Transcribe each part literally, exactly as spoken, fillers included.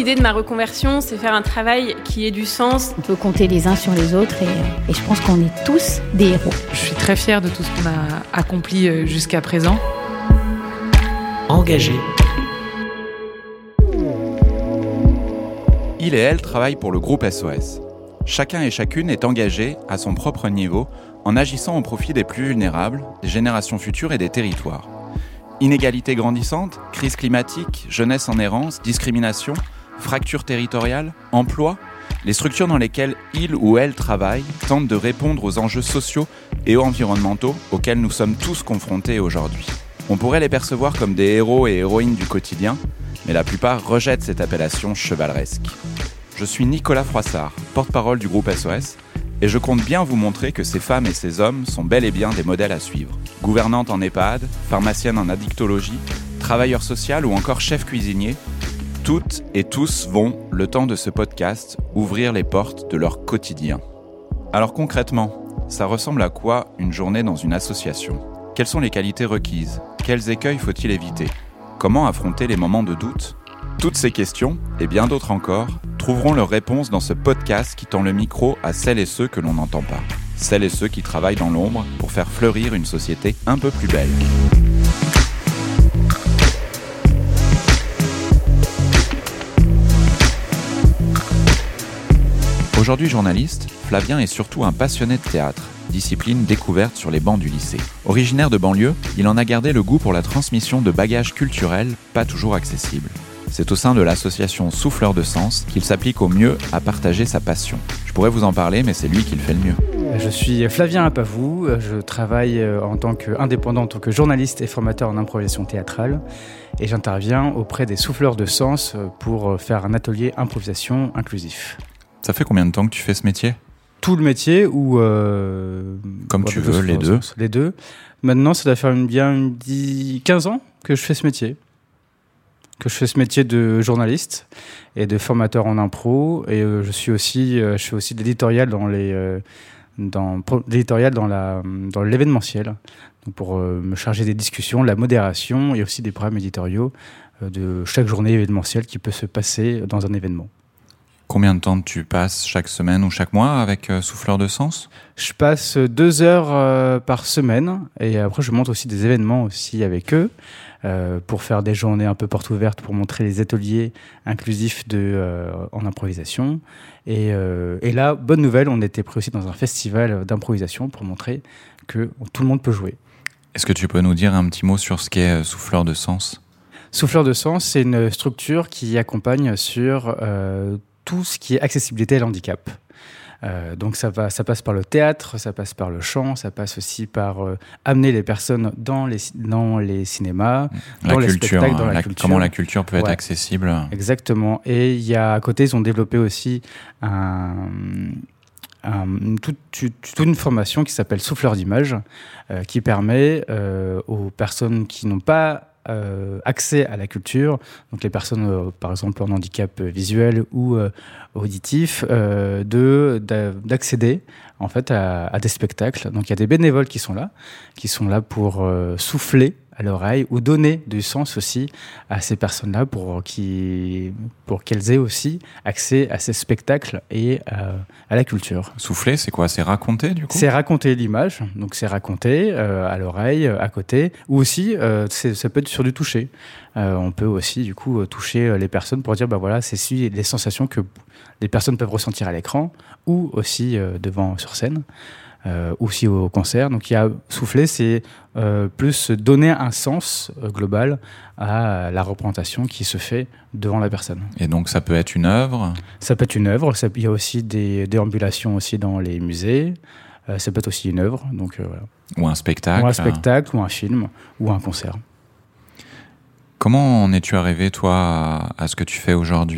l'idée de ma reconversion, c'est faire un travail qui ait du sens. On peut compter les uns sur les autres et, et je pense qu'on est tous des héros. Je suis très fière de tout ce qu'on a accompli jusqu'à présent. Engagé. Il et elle travaillent pour le groupe S O S. Chacun et chacune est engagé à son propre niveau en agissant au profit des plus vulnérables, des générations futures et des territoires. Inégalités grandissantes, crise climatique, jeunesse en errance, discrimination, fractures territoriales, emploi, les structures dans lesquelles il ou elle travaille tentent de répondre aux enjeux sociaux et environnementaux auxquels nous sommes tous confrontés aujourd'hui. On pourrait les percevoir comme des héros et héroïnes du quotidien, mais la plupart rejettent cette appellation chevaleresque. Je suis Nicolas Froissart, porte-parole du groupe S O S, et je compte bien vous montrer que ces femmes et ces hommes sont bel et bien des modèles à suivre. Gouvernantes en EHPAD, pharmaciennes en addictologie, travailleurs sociaux ou encore chefs cuisiniers, toutes et tous vont, le temps de ce podcast, ouvrir les portes de leur quotidien. Alors concrètement, ça ressemble à quoi une journée dans une association ? Quelles sont les qualités requises ? Quels écueils faut-il éviter ? Comment affronter les moments de doute ? Toutes ces questions, et bien d'autres encore, trouveront leur réponse dans ce podcast qui tend le micro à celles et ceux que l'on n'entend pas. Celles et ceux qui travaillent dans l'ombre pour faire fleurir une société un peu plus belle. Aujourd'hui journaliste, Flavien est surtout un passionné de théâtre, discipline découverte sur les bancs du lycée. Originaire de banlieue, il en a gardé le goût pour la transmission de bagages culturels pas toujours accessibles. C'est au sein de l'association Souffleurs de Sens qu'il s'applique au mieux à partager sa passion. Je pourrais vous en parler, mais c'est lui qui le fait le mieux. Je suis Flavien Apavou, je travaille en tant qu'indépendant, en tant que journaliste et formateur en improvisation théâtrale et j'interviens auprès des Souffleurs de Sens pour faire un atelier improvisation inclusif. Ça fait combien de temps que tu fais ce métier ? Tout le métier ou... Euh, Comme tu veux, les deux. Les deux. Maintenant, ça doit faire une, bien une dix, quinze ans que je fais ce métier. Que je fais ce métier de journaliste et de formateur en impro. Et euh, je suis aussi, euh, je fais aussi de l'éditorial dans les, euh, dans, l'éditorial dans la, dans l'événementiel. Donc pour euh, me charger des discussions, la modération et aussi des programmes éditoriaux euh, de chaque journée événementielle qui peut se passer dans un événement. Combien de temps tu passes chaque semaine ou chaque mois avec euh, Souffleurs de Sens ? Je passe deux heures euh, par semaine et après je monte aussi des événements aussi avec eux euh, pour faire des journées un peu portes ouvertes pour montrer les ateliers inclusifs de, euh, en improvisation. Et, euh, et là, bonne nouvelle, on était pris aussi dans un festival d'improvisation pour montrer que tout le monde peut jouer. Est-ce que tu peux nous dire un petit mot sur ce qu'est Souffleurs de Sens ? Souffleurs de Sens, c'est une structure qui accompagne sur... Euh, tout ce qui est accessibilité à l'handicap. Euh, donc ça, va, ça passe par le théâtre, ça passe par le chant, ça passe aussi par euh, amener les personnes dans les, dans les cinémas, la dans culture, les spectacles, dans la, la culture. Comment la culture peut être ouais. accessible. Exactement. Et il y a, à côté, ils ont développé aussi un, un, toute, toute une formation qui s'appelle Souffleur d'images, euh, qui permet euh, aux personnes qui n'ont pas Euh, accès à la culture, donc les personnes euh, par exemple en handicap visuel ou euh, auditif, euh, de, d'accéder en fait à, à des spectacles. Donc il y a des bénévoles qui sont là, qui sont là pour euh, souffler à l'oreille ou donner du sens aussi à ces personnes-là pour, qui, pour qu'elles aient aussi accès à ces spectacles et à, à la culture. Souffler, c'est quoi ? C'est raconter du coup ? C'est raconter l'image, donc c'est raconter euh, à l'oreille, à côté, ou aussi euh, c'est, ça peut être sur du toucher. Euh, on peut aussi du coup toucher les personnes pour dire bah voilà, c'est si les sensations que les personnes peuvent ressentir à l'écran ou aussi euh, devant sur scène. Euh, aussi au concert. Donc il y a souffler, c'est euh, plus donner un sens euh, global à la représentation qui se fait devant la personne. Et donc ça peut être une œuvre ? Ça peut être une œuvre. Ça, il y a aussi des déambulations aussi dans les musées. Euh, ça peut être aussi une œuvre. Donc euh, voilà. Ou un spectacle. Ou un spectacle, ou un film, ou un concert. Comment en es-tu arrivé toi à, à ce que tu fais aujourd'hui ?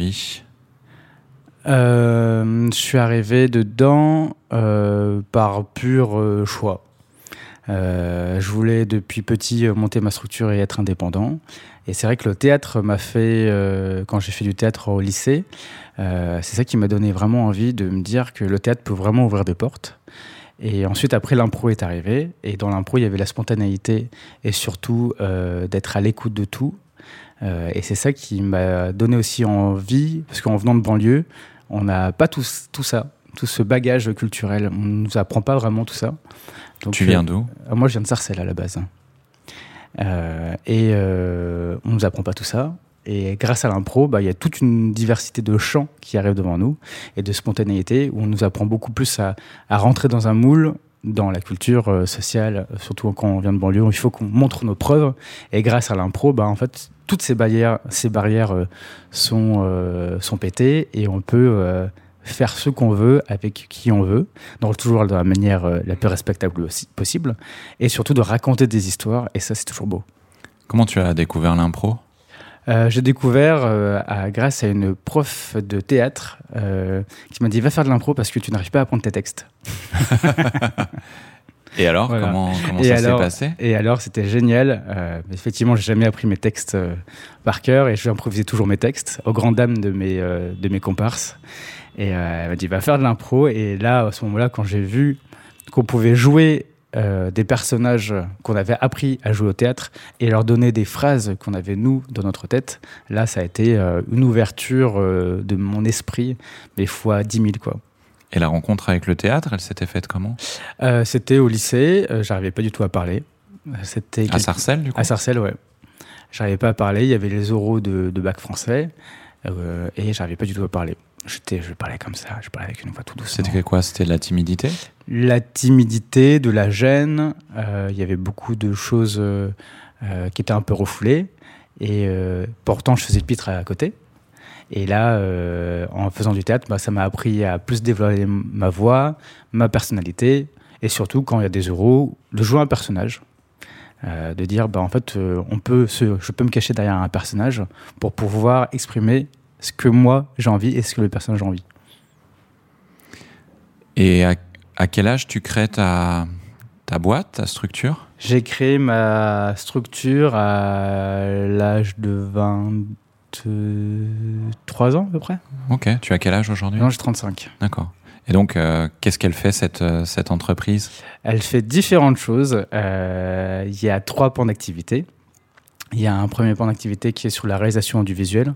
Euh, je suis arrivé dedans euh, par pur euh, choix. Euh, je voulais depuis petit monter ma structure et être indépendant. Et c'est vrai que le théâtre m'a fait, euh, quand j'ai fait du théâtre au lycée, euh, c'est ça qui m'a donné vraiment envie de me dire que le théâtre peut vraiment ouvrir des portes. Et ensuite, après, l'impro est arrivé. Et dans l'impro, il y avait la spontanéité et surtout euh, d'être à l'écoute de tout. Euh, et c'est ça qui m'a donné aussi envie, parce qu'en venant de banlieue, on n'a pas tout, tout ça, tout ce bagage culturel. On ne nous apprend pas vraiment tout ça. Donc, tu viens d'où ? euh, Moi, je viens de Sarcelles à la base. Euh, et euh, on ne nous apprend pas tout ça. Et grâce à l'impro, bah, y a toute une diversité de chants qui arrivent devant nous et de spontanéité, où on nous apprend beaucoup plus à, à rentrer dans un moule, dans la culture euh, sociale, surtout quand on vient de banlieue. Il faut qu'on montre nos preuves. Et grâce à l'impro, bah, en fait, toutes ces barrières, ces barrières euh, sont, euh, sont pétées et on peut euh, faire ce qu'on veut avec qui on veut, donc toujours de la manière euh, la plus respectable aussi, possible, et surtout de raconter des histoires. Et ça, c'est toujours beau. Comment tu as découvert l'impro ? Euh, j'ai découvert euh, à, grâce à une prof de théâtre euh, qui m'a dit « Va faire de l'impro parce que tu n'arrives pas à apprendre tes textes. » Et alors, voilà. comment, comment et ça alors, s'est passé ? Et alors, c'était génial. Euh, effectivement, j'ai jamais appris mes textes euh, par cœur et je improvisais toujours mes textes, aux grandes dames de mes, euh, de mes comparses. Et euh, elle m'a dit « Va faire de l'impro. » Et là, à ce moment-là, quand j'ai vu qu'on pouvait jouer Euh, des personnages qu'on avait appris à jouer au théâtre et leur donner des phrases qu'on avait, nous, dans notre tête, là, ça a été euh, une ouverture euh, de mon esprit, mais fois dix mille, quoi. Et la rencontre avec le théâtre, elle s'était faite comment ? euh, C'était au lycée, euh, j'arrivais pas du tout à parler. C'était À Sarcelles, du coup ? À Sarcelles, ouais. J'arrivais pas à parler, il y avait les oraux de, de bac français euh, et j'arrivais pas du tout à parler. J'étais, je parlais comme ça, je parlais avec une voix tout doucement. C'était quoi ? C'était de la timidité ? La timidité, de la gêne. Euh, il y avait beaucoup de choses euh, euh, qui étaient un peu refoulées. Et euh, pourtant, je faisais le pitre à côté. Et là, euh, en faisant du théâtre, bah, ça m'a appris à plus développer ma voix, ma personnalité. Et surtout, quand il y a des euros, de jouer un personnage. Euh, de dire, bah, en fait, euh, on peut se, je peux me cacher derrière un personnage pour pouvoir exprimer ce que moi j'ai envie et ce que le personnage a envie. Et à, à quel âge tu crées ta, ta boîte, ta structure ? J'ai créé ma structure à l'âge de vingt-trois ans à peu près. Ok, tu as quel âge aujourd'hui ? Non, j'ai trente-cinq. D'accord. Et donc, euh, qu'est-ce qu'elle fait, cette, cette entreprise ? Elle fait différentes choses. Euh, il y a trois pans d'activité. Il y a un premier pan d'activité qui est sur la réalisation audiovisuelle.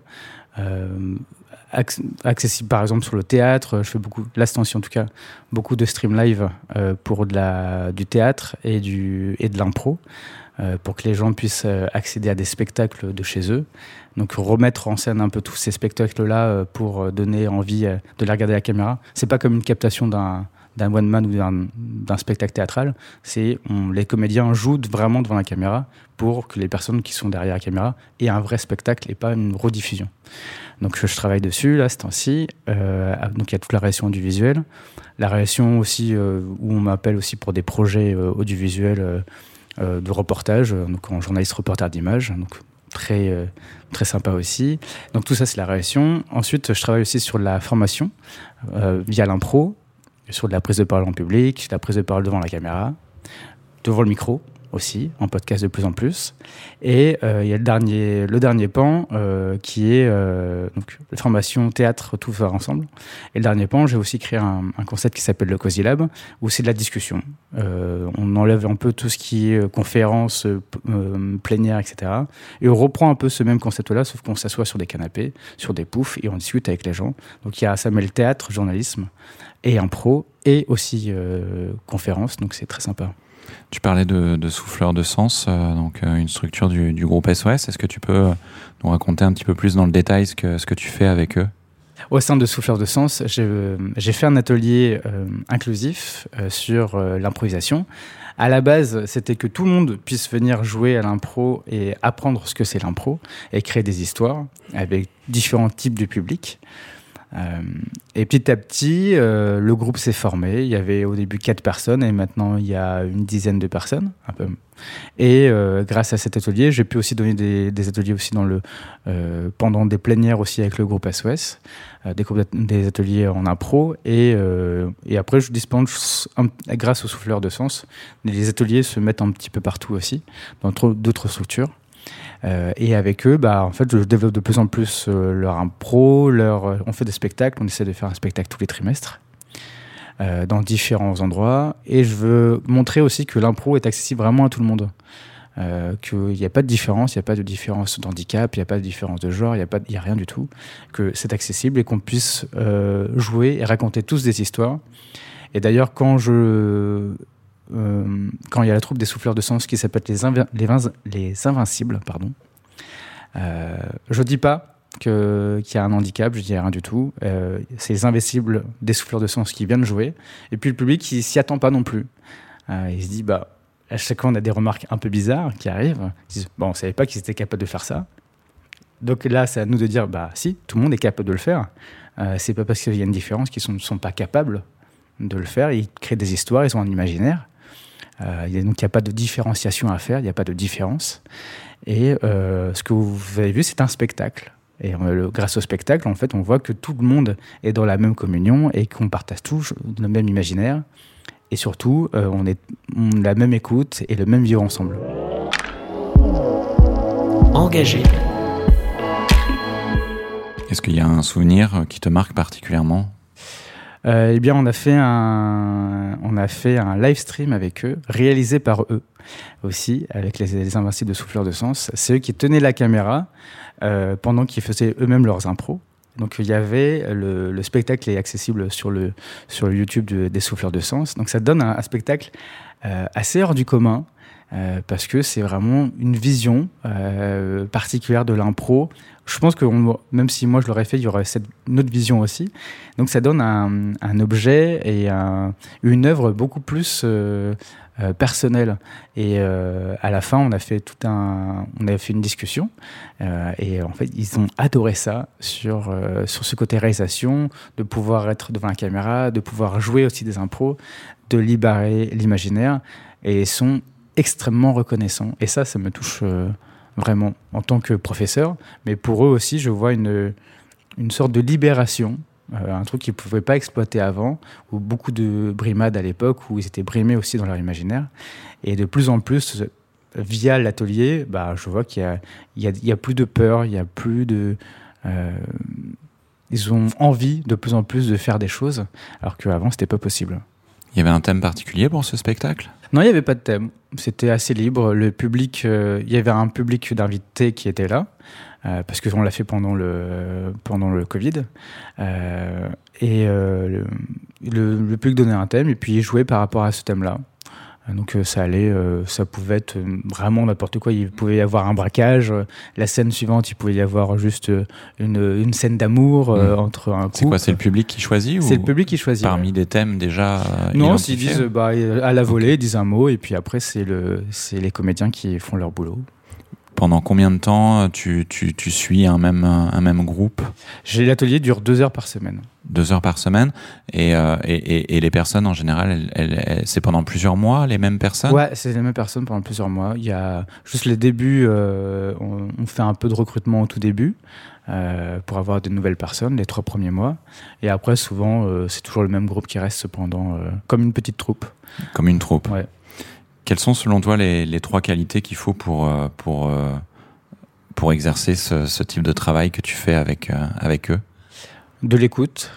Euh, accessible par exemple sur le théâtre. Je fais beaucoup, là c'est en tout cas, beaucoup de stream live euh, pour de la, du théâtre et, du, et de l'impro, euh, pour que les gens puissent accéder à des spectacles de chez eux. Donc remettre en scène un peu tous ces spectacles-là euh, pour donner envie euh, de les regarder à la caméra. C'est pas comme une captation d'un, d'un one man ou d'un, d'un spectacle théâtral. C'est on, les comédiens jouent vraiment devant la caméra pour que les personnes qui sont derrière la caméra aient un vrai spectacle et pas une rediffusion. Donc je, je travaille dessus là ce temps-ci. Euh, donc il y a toute la réalisation audiovisuelle, la réalisation aussi euh, où on m'appelle aussi pour des projets euh, audiovisuels euh, euh, de reportage, donc en journaliste reporter d'image. Donc très euh, très sympa aussi. Donc tout ça c'est la réalisation. Ensuite je travaille aussi sur la formation euh, via l'impro, sur de la prise de parole en public, de la prise de parole devant la caméra, devant le micro aussi, en podcast de plus en plus. Et euh, il y a le dernier, le dernier pan euh, qui est euh, donc, la formation théâtre, tout faire ensemble. Et le dernier pan, j'ai aussi créé un, un concept qui s'appelle le Cozy Lab, où c'est de la discussion. Euh, on enlève un peu tout ce qui est conférence, euh, plénière, et cetera. Et on reprend un peu ce même concept-là, sauf qu'on s'assoit sur des canapés, sur des poufs, et on discute avec les gens. Donc il y a, ça mêle théâtre, journalisme, et impro, et aussi euh, conférence, donc c'est très sympa. Tu parlais de, de Souffleurs de Sens, euh, donc euh, une structure du, du groupe S O S. Est-ce que tu peux nous raconter un petit peu plus dans le détail ce que, ce que tu fais avec eux ? Au sein de Souffleurs de Sens, j'ai, euh, j'ai fait un atelier euh, inclusif euh, sur euh, l'improvisation. À la base, c'était que tout le monde puisse venir jouer à l'impro et apprendre ce que c'est l'impro et créer des histoires avec différents types de publics. Euh, et petit à petit, euh, le groupe s'est formé. Il y avait au début quatre personnes et maintenant il y a une dizaine de personnes. Un peu. Et euh, grâce à cet atelier, j'ai pu aussi donner des, des ateliers aussi dans le, euh, pendant des plénières aussi avec le groupe S O S, euh, des, des ateliers en impro. Et, euh, et après, je dispense, grâce aux Souffleurs de Sens, les ateliers se mettent un petit peu partout aussi, dans d'autres structures. Euh, et avec eux, bah, en fait, je développe de plus en plus euh, leur impro, leur, euh, on fait des spectacles, on essaie de faire un spectacle tous les trimestres, euh, dans différents endroits. Et je veux montrer aussi que l'impro est accessible vraiment à tout le monde. euh, qu'il n'y a pas de différence, il n'y a pas de différence d'handicap, il n'y a pas de différence de genre, il n'y a, pas, il y a rien du tout, que c'est accessible et qu'on puisse euh, jouer et raconter tous des histoires. Et d'ailleurs, quand je... Euh, quand il y a la troupe des souffleurs de sens qui s'appelle les, Invi- les, Vin- les Invincibles, pardon, euh, je dis pas que, qu'il y a un handicap, je dis rien du tout. Euh, c'est les Invincibles des souffleurs de sens qui viennent jouer. Et puis le public, il s'y attend pas non plus. Euh, il se dit, bah, à chaque fois, on a des remarques un peu bizarres qui arrivent. Ils disent, bon, on savait pas qu'ils étaient capables de faire ça. Donc là, c'est à nous de dire, bah, si, tout le monde est capable de le faire. Euh, c'est pas parce qu'il y a une différence qu'ils ne sont, sont pas capables de le faire. Ils créent des histoires, ils ont un imaginaire. Euh, y a, donc il n'y a pas de différenciation à faire, il n'y a pas de différence. Et euh, ce que vous avez vu, c'est un spectacle. Et euh, grâce au spectacle, en fait, on voit que tout le monde est dans la même communion et qu'on partage tous le même imaginaire. Et surtout, euh, on, est, on a la même écoute et le même vivre ensemble. Engagé. Est-ce qu'il y a un souvenir qui te marque particulièrement ? Euh, eh bien, on a fait un, on a fait un live stream avec eux, réalisé par eux aussi, avec les, les Invincibles de Souffleurs de Sens. C'est eux qui tenaient la caméra euh, pendant qu'ils faisaient eux-mêmes leurs impros. Donc, il y avait le, le spectacle est accessible sur le sur le YouTube de, des Souffleurs de Sens. Donc, ça donne un, un spectacle euh, assez hors du commun. Euh, parce que c'est vraiment une vision euh, particulière de l'impro. Je pense que on, même si moi je l'aurais fait, il y aurait cette, une autre vision aussi. Donc ça donne un, un objet et un, une œuvre beaucoup plus euh, euh, personnelle. Et euh, à la fin, on a fait tout un, on a fait une discussion. Euh, et en fait, ils ont adoré ça sur euh, sur ce côté réalisation, de pouvoir être devant la caméra, de pouvoir jouer aussi des impros, de libérer l'imaginaire. Et ils sont extrêmement reconnaissant. Et ça, ça me touche euh, vraiment en tant que professeur. Mais pour eux aussi, je vois une, une sorte de libération, euh, un truc qu'ils ne pouvaient pas exploiter avant, ou beaucoup de brimades à l'époque, où ils étaient brimés aussi dans leur imaginaire. Et de plus en plus, via l'atelier, bah, je vois qu'il y a, il y a, il y a plus de peur, il y a plus de... Euh, ils ont envie de plus en plus de faire des choses, alors qu'avant, ce n'était pas possible. Il y avait un thème particulier pour ce spectacle ? Non, il n'y avait pas de thème. C'était assez libre. Le public, euh, il y avait un public d'invités qui était là, euh, parce qu'on l'a fait pendant le, pendant le Covid. Euh, et euh, le, le, le public donnait un thème, et puis il jouait par rapport à ce thème-là. Donc ça allait, euh, ça pouvait être vraiment n'importe quoi. Il pouvait y avoir un braquage. La scène suivante, il pouvait y avoir juste une, une scène d'amour euh, mmh. entre un couple. C'est quoi, c'est le public qui choisit ? C'est ou le public qui choisit. Parmi ouais. des thèmes déjà euh, Non, s'ils identifiés ? disent bah, à la volée, okay. Ils disent un mot, et puis après, c'est, le, c'est les comédiens qui font leur boulot. Pendant combien de temps tu, tu, tu suis un même, un même groupe ? J'ai, l'atelier dure deux heures par semaine. Deux heures par semaine. Et, euh, et, et, et les personnes, en général, elles, elles, elles, c'est pendant plusieurs mois, les mêmes personnes ? Ouais, c'est les mêmes personnes pendant plusieurs mois. Il y a juste les débuts, euh, on, on fait un peu de recrutement au tout début euh, pour avoir de nouvelles personnes, les trois premiers mois. Et après, souvent, euh, c'est toujours le même groupe qui reste cependant, euh, comme une petite troupe. Comme une troupe. Ouais. Quelles sont, selon toi, les, les trois qualités qu'il faut pour, pour, pour exercer ce, ce type de travail que tu fais avec, avec eux ? De l'écoute,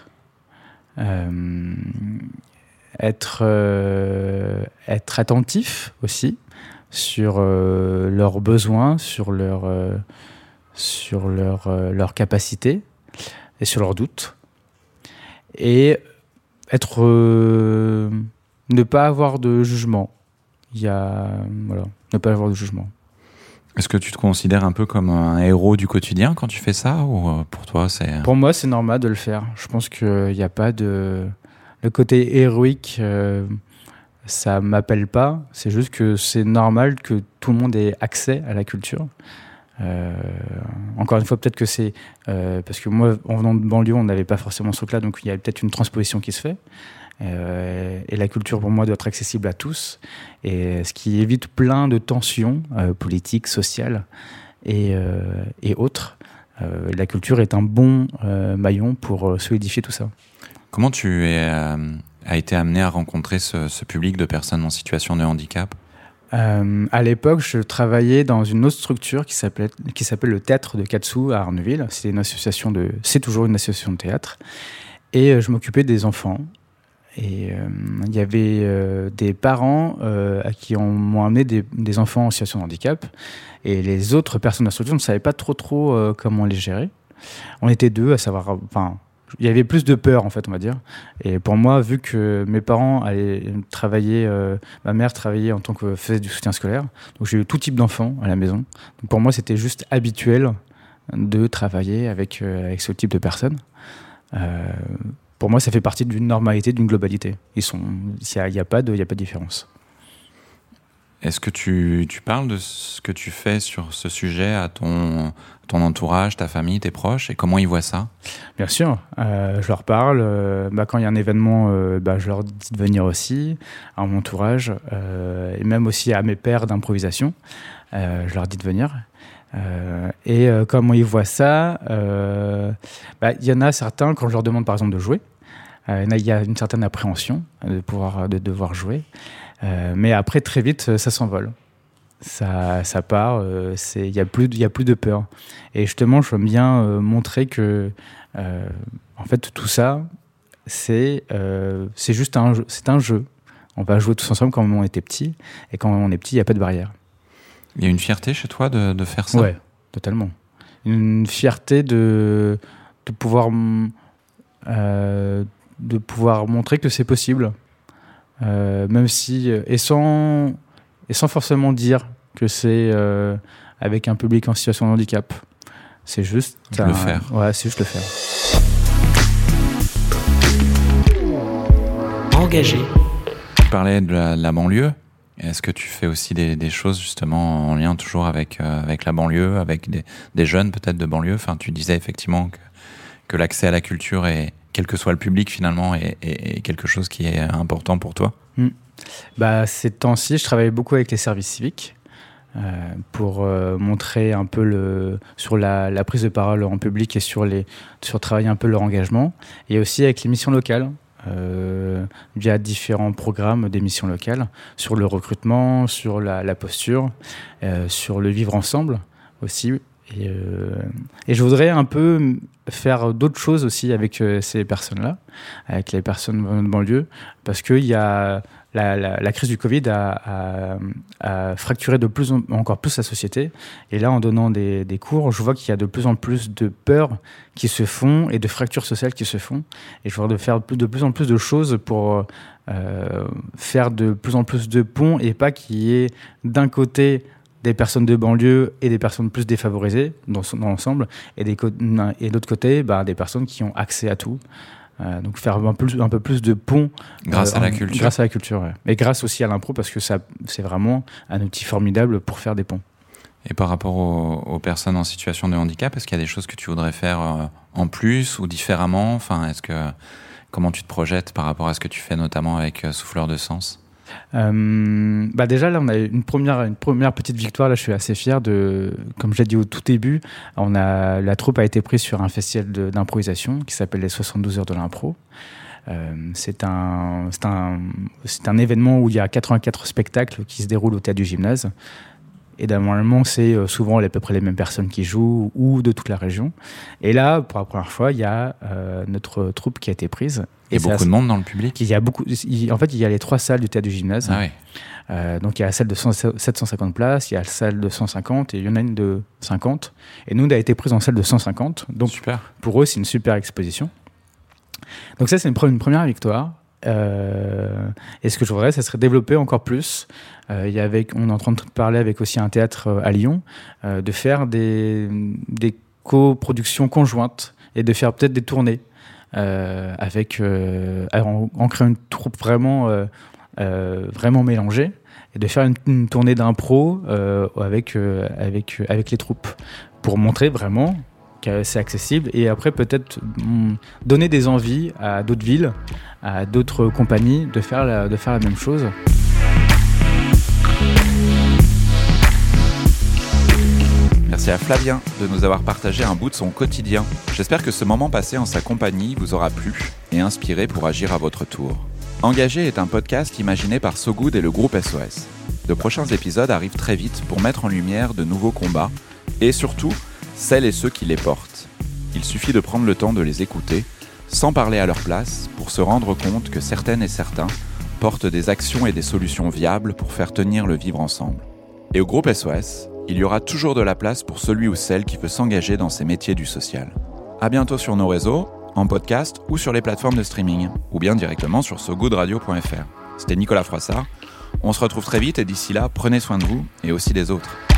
euh, être, euh, être attentif aussi sur euh, leurs besoins, sur leurs euh, sur leur, euh, leur capacités et sur leurs doutes. Et être, euh, ne pas avoir de jugement. Il y a, voilà, ne pas avoir de jugement. Est-ce que tu te considères un peu comme un héros du quotidien quand tu fais ça, ou pour toi c'est... Pour moi, c'est normal de le faire. Je pense qu'il n'y a pas de... Le côté héroïque, euh, ça ne m'appelle pas. C'est juste que c'est normal que tout le monde ait accès à la culture. Euh, encore une fois, peut-être que c'est... Euh, parce que moi, en venant de banlieue, on n'avait pas forcément ce truc-là, donc il y a peut-être une transposition qui se fait. Euh, et la culture, pour moi, doit être accessible à tous, et ce qui évite plein de tensions euh, politiques, sociales et, euh, et autres. Euh, la culture est un bon euh, maillon pour euh, solidifier tout ça. Comment tu es, euh, as été amené à rencontrer ce, ce public de personnes en situation de handicap ? euh, À l'époque, je travaillais dans une autre structure qui s'appelait, qui s'appelle le Théâtre de Katsu à Arneville. C'est une association de, c'est toujours une association de théâtre, et euh, je m'occupais des enfants. et euh, il y avait euh, des parents euh, à qui on m'ont amené des, des enfants en situation de handicap, et les autres personnes de la structure ne savaient pas trop trop euh, comment les gérer. On était deux à savoir, enfin, il y avait plus de peur en fait, on va dire. Et pour moi, vu que mes parents allaient travailler, euh, ma mère travaillait en tant que faisait du soutien scolaire, donc j'ai eu tout type d'enfants à la maison. Donc pour moi, c'était juste habituel de travailler avec euh, avec ce type de personnes. Euh, pour moi, ça fait partie d'une normalité, d'une globalité. Ils sont, il y a, il y a pas de, il y a pas de différence. Est-ce que tu, tu parles de ce que tu fais sur ce sujet à ton, ton entourage, ta famille, tes proches, et comment ils voient ça ? Bien sûr, euh, je leur parle. Euh, bah, quand il y a un événement, euh, bah, je leur dis de venir aussi, à mon entourage, euh, et même aussi à mes pairs d'improvisation. Euh, je leur dis de venir. Euh, et euh, comment ils voient ça, euh, bah, y en a certains, quand je leur demande par exemple de jouer, euh, il y a une certaine appréhension de, pouvoir, de devoir jouer. Euh, mais après, très vite, ça s'envole. Ça, ça part, il euh, n'y a, a plus de peur. Et justement, je veux bien euh, montrer que, euh, en fait, tout ça, c'est, euh, c'est juste un jeu, c'est un jeu. On va jouer tous ensemble quand on était petit. Et quand on est petit, il n'y a pas de barrière. Il y a une fierté chez toi de, de faire ça ? Ouais, totalement. Une fierté de, de, pouvoir, euh, de pouvoir montrer que c'est possible. Euh, même si, et sans, et sans forcément dire que c'est euh, avec un public en situation de handicap. C'est juste un, le faire. Ouais, c'est juste le faire. Engagé. Tu parlais de la, de la banlieue. Est-ce que tu fais aussi des, des choses justement en lien toujours avec, euh, avec la banlieue, avec des, des jeunes peut-être de banlieue ? Enfin, tu disais effectivement que, que l'accès à la culture est, quel que soit le public finalement, est, est, est quelque chose qui est important pour toi ? Mmh. Bah, ces temps-ci, je travaille beaucoup avec les services civiques euh, pour euh, montrer un peu le, sur la, la prise de parole en public et sur, les, sur travailler un peu leur engagement. Et aussi avec les missions locales, euh, via différents programmes des missions locales, sur le recrutement, sur la, la posture, euh, sur le vivre ensemble aussi. Et, euh, et je voudrais un peu faire d'autres choses aussi avec euh, ces personnes-là, avec les personnes de banlieue, parce que y a, la, la, la crise du Covid a, a, a fracturé de plus en, encore plus la société. Et là, en donnant des, des cours, je vois qu'il y a de plus en plus de peurs qui se font et de fractures sociales qui se font. Et je voudrais faire de plus en plus de choses pour euh, faire de plus en plus de ponts et pas qu'il y ait d'un côté des personnes de banlieue et des personnes plus défavorisées dans, dans l'ensemble, et, des co- et d'autre côté, bah, des personnes qui ont accès à tout. Euh, donc faire un peu, un peu plus de ponts. Grâce euh, à la en, culture. Grâce à la culture, ouais. Mais grâce aussi à l'impro, parce que ça, c'est vraiment un outil formidable pour faire des ponts. Et par rapport aux, aux personnes en situation de handicap, est-ce qu'il y a des choses que tu voudrais faire euh, en plus ou différemment ? Enfin, est-ce que, comment tu te projettes par rapport à ce que tu fais notamment avec euh, Souffleur de Sens ? Euh, bah déjà là on a une première, une première petite victoire, là je suis assez fier de, comme j'ai dit au tout début, on a, la troupe a été prise sur un festival de, d'improvisation qui s'appelle les soixante-douze heures de l'impro. Euh, c'est, un, c'est, un, c'est un événement où il y a quatre-vingt-quatre spectacles qui se déroulent au théâtre du gymnase. Et normalement, c'est souvent à peu près les mêmes personnes qui jouent ou de toute la région. Et là, pour la première fois, il y a euh, notre troupe qui a été prise. Il y a beaucoup à... de monde dans le public. Il y a beaucoup. Il... En fait, il y a les trois salles du théâtre du gymnase. Ah oui. Euh, donc, il y a la salle de cent... sept cent cinquante places, il y a la salle de cent cinquante et il y en a une de cinquante. Et nous, on a été prise en salle de cent cinquante. Donc, super. Pour eux, c'est une super exposition. Donc ça, c'est une, pre- une première victoire. Euh, et ce que je voudrais, ça serait développer encore plus. Euh, y a avec, on est en train de parler avec aussi un théâtre euh, à Lyon, euh, de faire des, des coproductions conjointes et de faire peut-être des tournées euh, avec, euh, en, en créant une troupe vraiment, euh, euh, vraiment mélangée et de faire une, une tournée d'impro euh, avec, euh, avec, avec les troupes pour montrer vraiment que c'est accessible et après peut-être mm, donner des envies à d'autres villes, à d'autres compagnies de faire la, de faire la même chose. Merci à Flavien de nous avoir partagé un bout de son quotidien. J'espère que ce moment passé en sa compagnie vous aura plu et inspiré pour agir à votre tour. Engagé est un podcast imaginé par So Good et le groupe S O S. De prochains épisodes arrivent très vite pour mettre en lumière de nouveaux combats et surtout celles et ceux qui les portent. Il suffit de prendre le temps de les écouter sans parler à leur place, pour se rendre compte que certaines et certains portent des actions et des solutions viables pour faire tenir le vivre ensemble. Et au groupe S O S, il y aura toujours de la place pour celui ou celle qui veut s'engager dans ces métiers du social. À bientôt sur nos réseaux, en podcast ou sur les plateformes de streaming, ou bien directement sur so good radio point f r. C'était Nicolas Froissart. On se retrouve très vite et d'ici là, prenez soin de vous et aussi des autres.